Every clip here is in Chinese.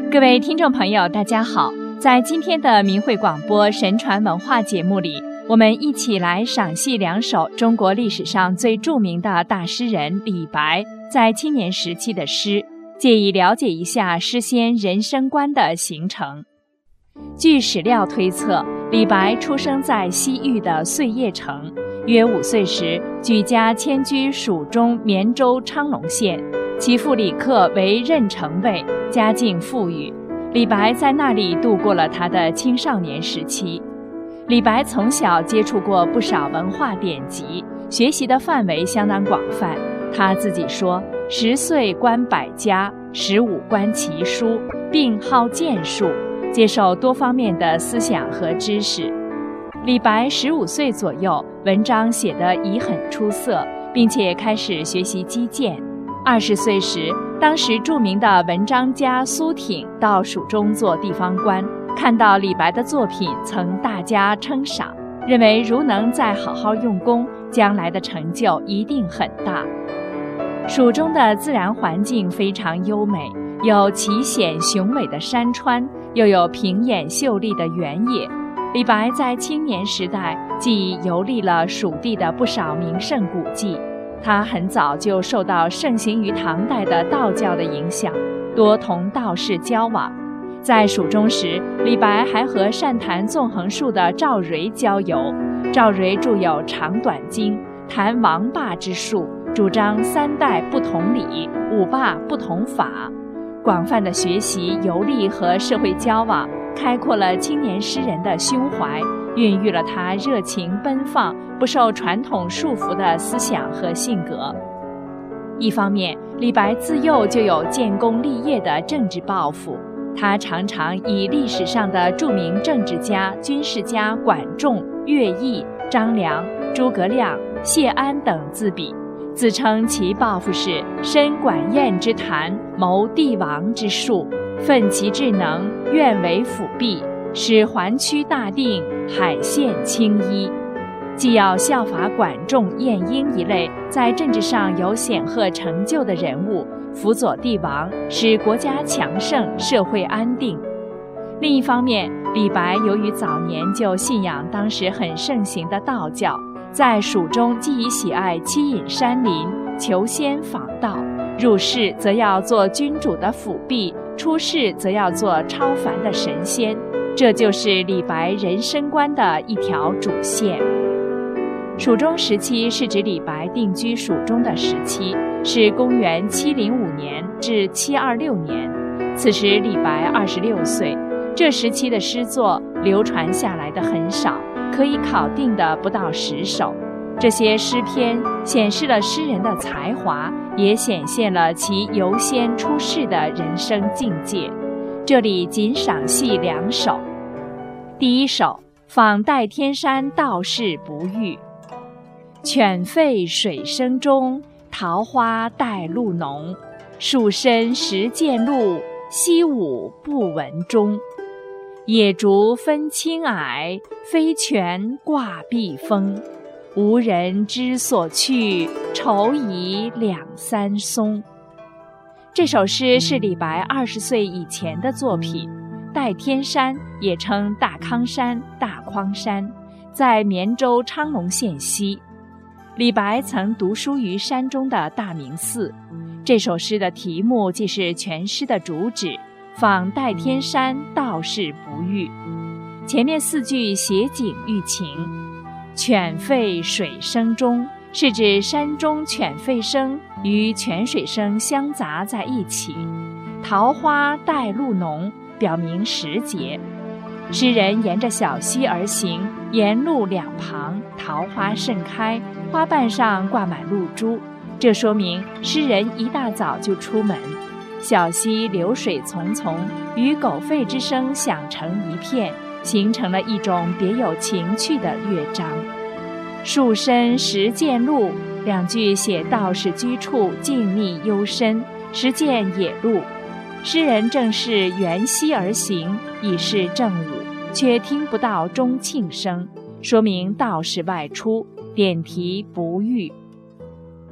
各位听众朋友大家好，在今天的明慧广播神传文化节目里，我们一起来赏析两首中国历史上最著名的大诗人李白在青年时期的诗，借以了解一下诗仙人生观的形成。据史料推测，李白出生在西域的碎叶城，约5岁时举家迁居蜀中绵州昌隆县，其父李克为任城尉，家境富裕。李白在那里度过了他的青少年时期。李白从小接触过不少文化典籍，学习的范围相当广泛。他自己说，10岁观百家，15观奇书，并好剑术，接受多方面的思想和知识。李白15岁左右，文章写得已很出色，并且开始学习击剑。20岁时，当时著名的文章家苏挺到蜀中做地方官，看到李白的作品，曾大加称赏，认为如能再好好用功，将来的成就一定很大。蜀中的自然环境非常优美，有奇险雄伟的山川，又有平野秀丽的原野。李白在青年时代既游历了蜀地的不少名胜古迹，他很早就受到盛行于唐代的道教的影响，多同道士交往。在蜀中时，李白还和善谈纵横术的赵叡交游。赵叡著有《长短经》，谈王霸之术，主张3代不同理，5霸不同法。广泛的学习、游历和社会交往，开阔了青年诗人的胸怀，孕育了他热情奔放、不受传统束缚的思想和性格。一方面，李白自幼就有建功立业的政治抱负，他常常以历史上的著名政治家、军事家管仲、乐毅、张良、诸葛亮、谢安等自比，自称其抱负是深管晏之谈，谋帝王之术，奋其智能，愿为辅弼，使环区大定，海县清一。既要效法管仲、晏婴一类在政治上有显赫成就的人物，辅佐帝王，使国家强盛，社会安定。另一方面，李白由于早年就信仰当时很盛行的道教，在蜀中既以喜爱栖隐山林，求仙访道，入仕则要做君主的辅弼，出仕则要做超凡的神仙，这就是李白人生观的一条主线。蜀中时期是指李白定居蜀中的时期，是公元705年至726年。此时李白26岁，这时期的诗作流传下来的很少，可以考定的不到10首。这些诗篇显示了诗人的才华，也显现了其由仙出世的人生境界。这里仅赏析2首。第1首，访代天山道士不遇。犬吠水声中，桃花带露浓。树深时见鹿，溪午不闻钟。野竹分青矮，飞泉挂碧峰。无人知所去，愁疑两三松。这首诗是李白20岁以前的作品。代天山也称大康山、大匡山，在绵州昌隆县西。李白曾读书于山中的大明寺。这首诗的题目既是全诗的主旨，访代天山道士不遇。前面4句写景喻情。犬吠水声中，是指山中犬吠声与泉水声相杂在一起。桃花带露浓，表明时节。诗人沿着小溪而行，沿路两旁桃花盛开，花瓣上挂满露珠，这说明诗人一大早就出门。小溪流水淙淙，与狗吠之声响成一片，形成了一种别有情趣的乐章。树深时见鹿，2句写道士居处静谧幽深，时见野鹿。诗人正是沿溪而行，已是正午，却听不到钟磬声，说明道士外出，点题不遇。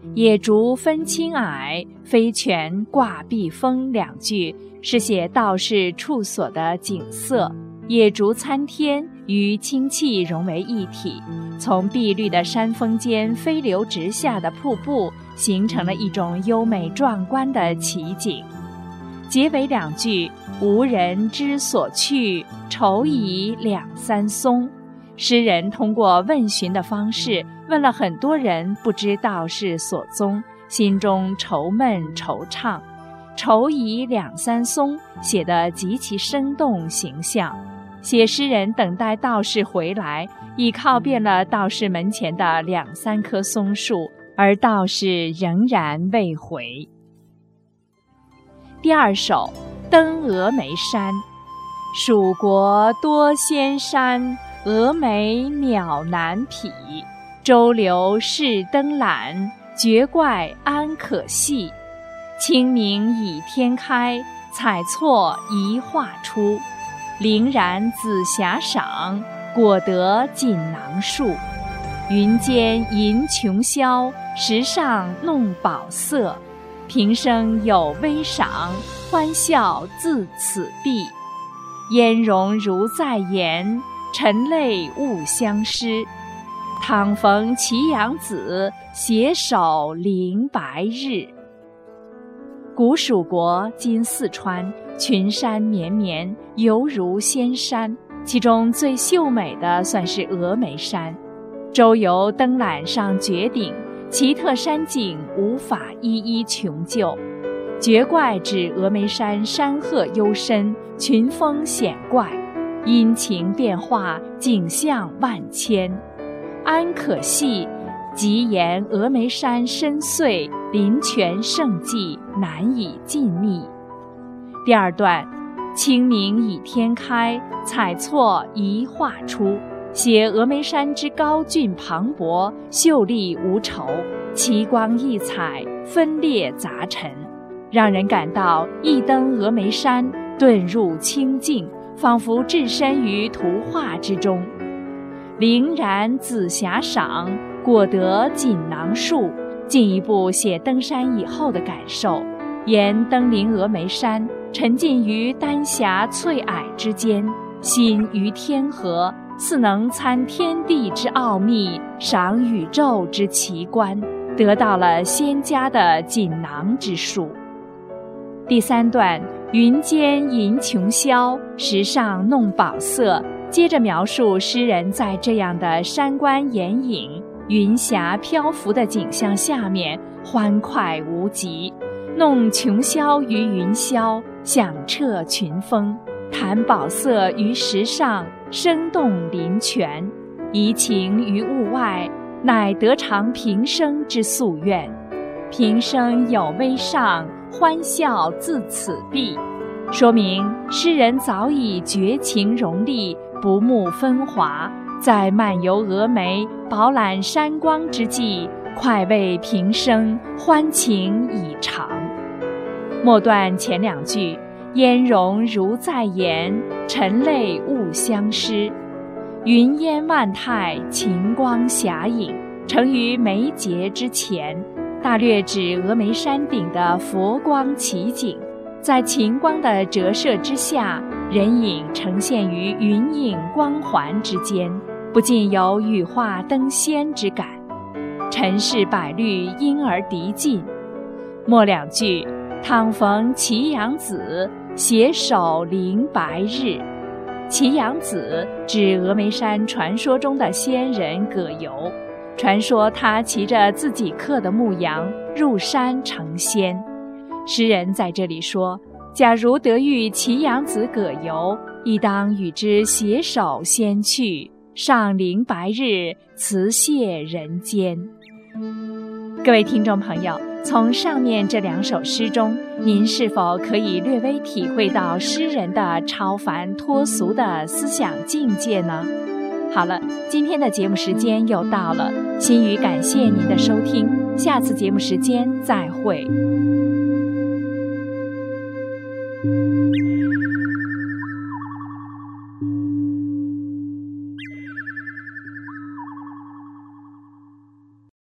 野竹分青矮，飞泉挂碧峰两句是写道士处所的景色，野竹参天，与清气融为一体，从碧绿的山峰间飞流直下的瀑布，形成了一种优美壮观的奇景。结尾两句无人知所去，愁已两三松，诗人通过问询的方式问了很多人不知道士所踪，心中愁闷惆怅。愁已两三松写得极其生动形象，写诗人等待道士回来，已靠遍了道士门前的两三棵松树，而道士仍然未回。第二首登峨眉山。蜀国多仙山，峨眉鸟难匹。周流是登览，绝怪安可系。清明已天开，彩错一画出。凌然紫霞赏，果得锦囊树。云间银琼霄，石上弄宝色。平生有微赏，欢笑自此毕。烟容如在眼，尘泪勿相失。倘逢祁阳子，携手临白日。古蜀国今四川，群山绵绵，犹如仙山，其中最秀美的算是峨眉山。周游登览上绝顶，奇特山景无法一一穷究。绝怪指峨眉山山壑幽深，群峰险怪，阴晴变化，景象万千。安可系即言峨眉山深邃，林泉胜迹，难以尽觅。第二段清明已天开，彩错一画出，写峨眉山之高峻磅礴，秀丽无愁，奇光异彩，分列杂陈，让人感到一登峨眉山，遁入清静，仿佛置身于图画之中。凌然紫霞赏，果得锦囊树，进一步写登山以后的感受，言登临峨眉山，沉浸于丹霞翠霭之间，心于天河，似能参天地之奥秘，赏宇宙之奇观，得到了仙家的锦囊之术。第三段云间银琼霄，石上弄宝色，接着描述诗人在这样的山关掩影，云霞漂浮的景象下面，欢快无极，弄琼霄于云霄，响彻群峰，谈宝色于石上，生动林泉，怡情于物外，乃得偿平生之夙愿。平生有微上，欢笑自此毕，说明诗人早已绝情荣丽，不慕风华，在漫游峨眉，饱览山光之际，快慰平生，欢情已长。末段前两句烟容如在眼，尘泪勿相失。云烟万态，晴光霞影，成于眉睫之前，大略指峨眉山顶的佛光奇景，在晴光的折射之下，人影呈现于云影光环之间，不禁有羽化登仙之感。尘世百虑因而涤尽。末两句倘逢祁阳子，携手临白日。祁阳子指峨眉山传说中的仙人葛由，传说他骑着自己刻的牧羊入山成仙。诗人在这里说，假如得遇祁阳子葛由，亦当与之携手仙去，上临白日，辞谢人间。各位听众朋友，从上面这两首诗中，您是否可以略微体会到诗人的超凡脱俗的思想境界呢？好了，今天的节目时间又到了，心语感谢您的收听，下次节目时间再会。